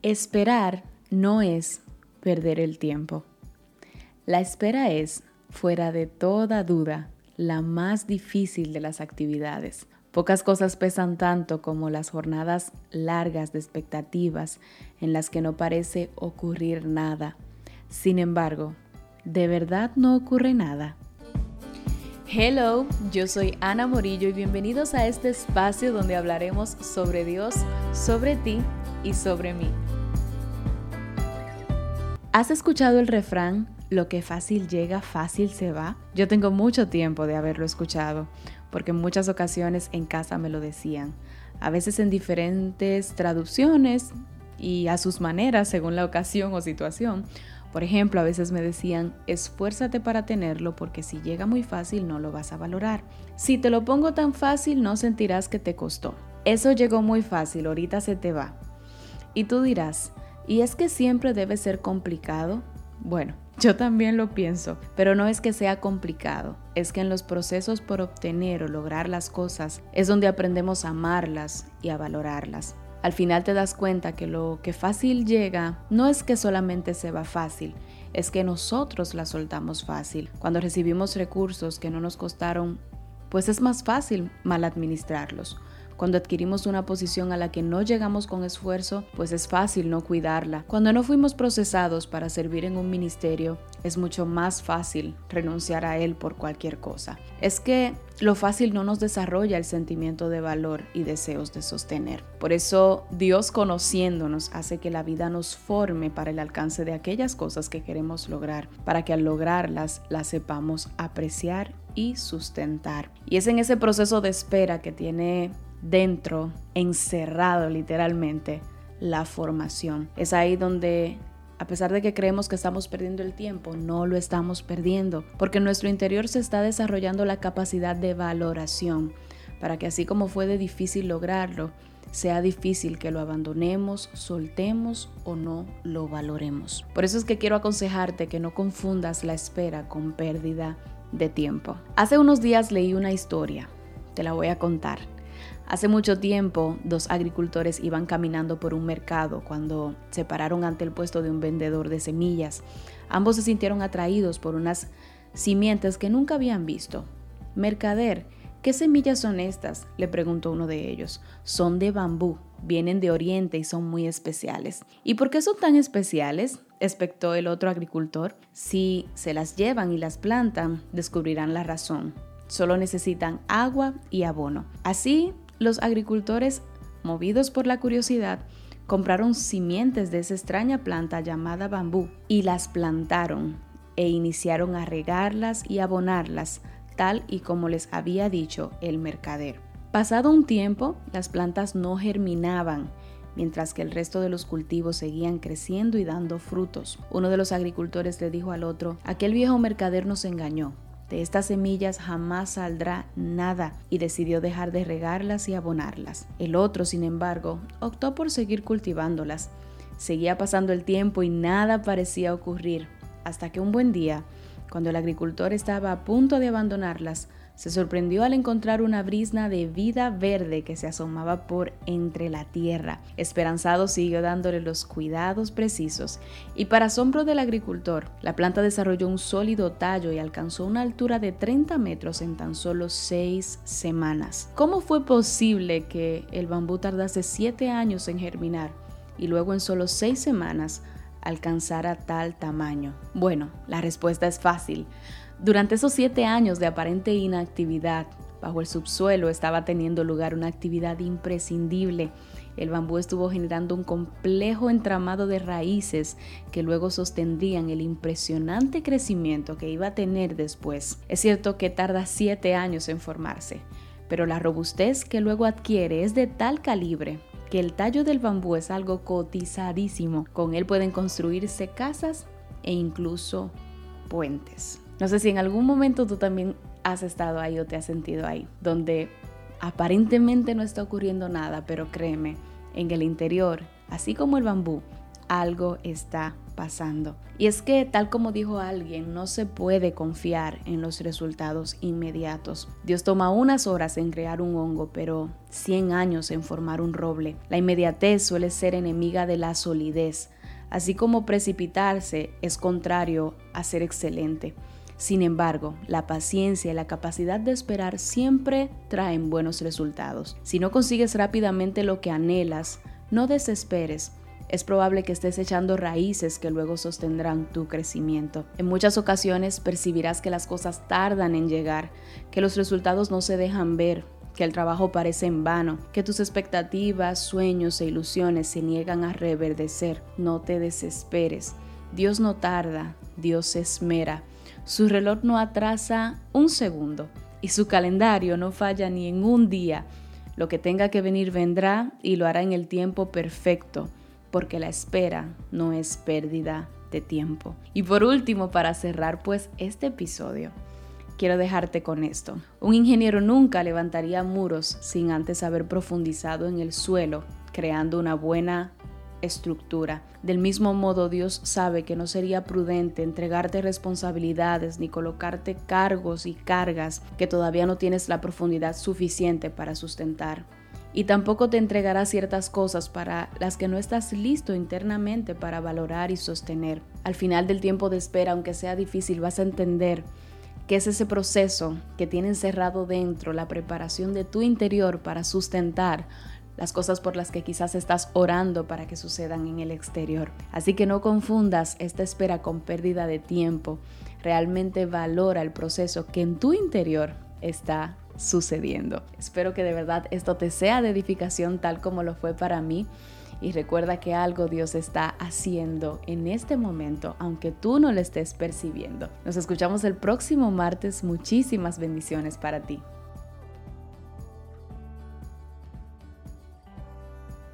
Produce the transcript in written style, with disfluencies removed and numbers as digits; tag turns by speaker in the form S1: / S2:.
S1: Esperar no es perder el tiempo. La espera es, fuera de toda duda, la más difícil de las actividades. Pocas cosas pesan tanto como las jornadas largas de expectativas en las que no parece ocurrir nada. Sin embargo, ¿de verdad no ocurre nada? Hello, yo soy Ana Morillo y bienvenidos a este espacio donde hablaremos sobre Dios, sobre ti y sobre mí. ¿Has escuchado el refrán, lo que fácil llega, fácil se va? Yo tengo mucho tiempo de haberlo escuchado, porque en muchas ocasiones en casa me lo decían, a veces en diferentes traducciones y a sus maneras según la ocasión o situación. Por ejemplo, a veces me decían, esfuérzate para tenerlo porque si llega muy fácil no lo vas a valorar. Si te lo pongo tan fácil no sentirás que te costó. Eso llegó muy fácil, ahorita se te va. Y tú dirás, ¿y es que siempre debe ser complicado? Bueno, yo también lo pienso, pero no es que sea complicado, es que en los procesos por obtener o lograr las cosas es donde aprendemos a amarlas y a valorarlas. Al final te das cuenta que lo que fácil llega no es que solamente se va fácil, es que nosotros la soltamos fácil. Cuando recibimos recursos que no nos costaron, pues es más fácil mal administrarlos. Cuando adquirimos una posición a la que no llegamos con esfuerzo, pues es fácil no cuidarla. Cuando no fuimos procesados para servir en un ministerio, es mucho más fácil renunciar a él por cualquier cosa. Es que lo fácil no nos desarrolla el sentimiento de valor y deseos de sostener. Por eso Dios, conociéndonos, hace que la vida nos forme para el alcance de aquellas cosas que queremos lograr, para que al lograrlas las sepamos apreciar y sustentar. Y es en ese proceso de espera que tiene dentro, encerrado literalmente, la formación. Es ahí donde, a pesar de que creemos que estamos perdiendo el tiempo, no lo estamos perdiendo, porque en nuestro interior se está desarrollando la capacidad de valoración, para que así como fue de difícil lograrlo, sea difícil que lo abandonemos, soltemos o no lo valoremos. Por eso es que quiero aconsejarte que no confundas la espera con pérdida de tiempo. Hace unos días leí una historia, te la voy a contar. Hace mucho tiempo, dos agricultores iban caminando por un mercado cuando se pararon ante el puesto de un vendedor de semillas. Ambos se sintieron atraídos por unas simientes que nunca habían visto. «Mercader, ¿qué semillas son estas?», le preguntó uno de ellos. «Son de bambú, vienen de Oriente y son muy especiales». «¿Y por qué son tan especiales?», espectó el otro agricultor. «Si se las llevan y las plantan, descubrirán la razón. Solo necesitan agua y abono». Así, los agricultores, movidos por la curiosidad, compraron simientes de esa extraña planta llamada bambú y las plantaron e iniciaron a regarlas y abonarlas, tal y como les había dicho el mercader. Pasado un tiempo, las plantas no germinaban, mientras que el resto de los cultivos seguían creciendo y dando frutos. Uno de los agricultores le dijo al otro, «Aquel viejo mercader nos engañó. De estas semillas jamás saldrá nada», y decidió dejar de regarlas y abonarlas. El otro, sin embargo, optó por seguir cultivándolas. Seguía pasando el tiempo y nada parecía ocurrir, hasta que un buen día, cuando el agricultor estaba a punto de abandonarlas, se sorprendió al encontrar una brizna de vida verde que se asomaba por entre la tierra. Esperanzado, siguió dándole los cuidados precisos y, para asombro del agricultor, la planta desarrolló un sólido tallo y alcanzó una altura de 30 metros en tan solo 6 semanas. ¿Cómo fue posible que el bambú tardase 7 años en germinar y luego en solo 6 semanas alcanzara tal tamaño? Bueno, la respuesta es fácil. Durante esos 7 años de aparente inactividad, bajo el subsuelo estaba teniendo lugar una actividad imprescindible. El bambú estuvo generando un complejo entramado de raíces que luego sostendrían el impresionante crecimiento que iba a tener después. Es cierto que tarda 7 años en formarse, pero la robustez que luego adquiere es de tal calibre que el tallo del bambú es algo cotizadísimo. Con él pueden construirse casas e incluso puentes. No sé si en algún momento tú también has estado ahí o te has sentido ahí, donde aparentemente no está ocurriendo nada, pero créeme, en el interior, así como el bambú, algo está pasando. Y es que, tal como dijo alguien, no se puede confiar en los resultados inmediatos. Dios toma unas horas en crear un hongo, pero 100 años en formar un roble. La inmediatez suele ser enemiga de la solidez, así como precipitarse es contrario a ser excelente. Sin embargo, la paciencia y la capacidad de esperar siempre traen buenos resultados. Si no consigues rápidamente lo que anhelas, no desesperes. Es probable que estés echando raíces que luego sostendrán tu crecimiento. En muchas ocasiones percibirás que las cosas tardan en llegar, que los resultados no se dejan ver, que el trabajo parece en vano, que tus expectativas, sueños e ilusiones se niegan a reverdecer. No te desesperes. Dios no tarda, Dios se esmera. Su reloj no atrasa un segundo y su calendario no falla ni en un día. Lo que tenga que venir vendrá y lo hará en el tiempo perfecto, porque la espera no es pérdida de tiempo. Y por último, para cerrar pues este episodio, quiero dejarte con esto. Un ingeniero nunca levantaría muros sin antes haber profundizado en el suelo, creando una buena estructura. Del mismo modo, Dios sabe que no sería prudente entregarte responsabilidades ni colocarte cargos y cargas que todavía no tienes la profundidad suficiente para sustentar. Y tampoco te entregará ciertas cosas para las que no estás listo internamente para valorar y sostener. Al final del tiempo de espera, aunque sea difícil, vas a entender que es ese proceso que tiene encerrado dentro la preparación de tu interior para sustentar las cosas por las que quizás estás orando para que sucedan en el exterior. Así que no confundas esta espera con pérdida de tiempo. Realmente valora el proceso que en tu interior está sucediendo. Espero que de verdad esto te sea de edificación tal como lo fue para mí. Y recuerda que algo Dios está haciendo en este momento, aunque tú no lo estés percibiendo. Nos escuchamos el próximo martes. Muchísimas bendiciones para ti.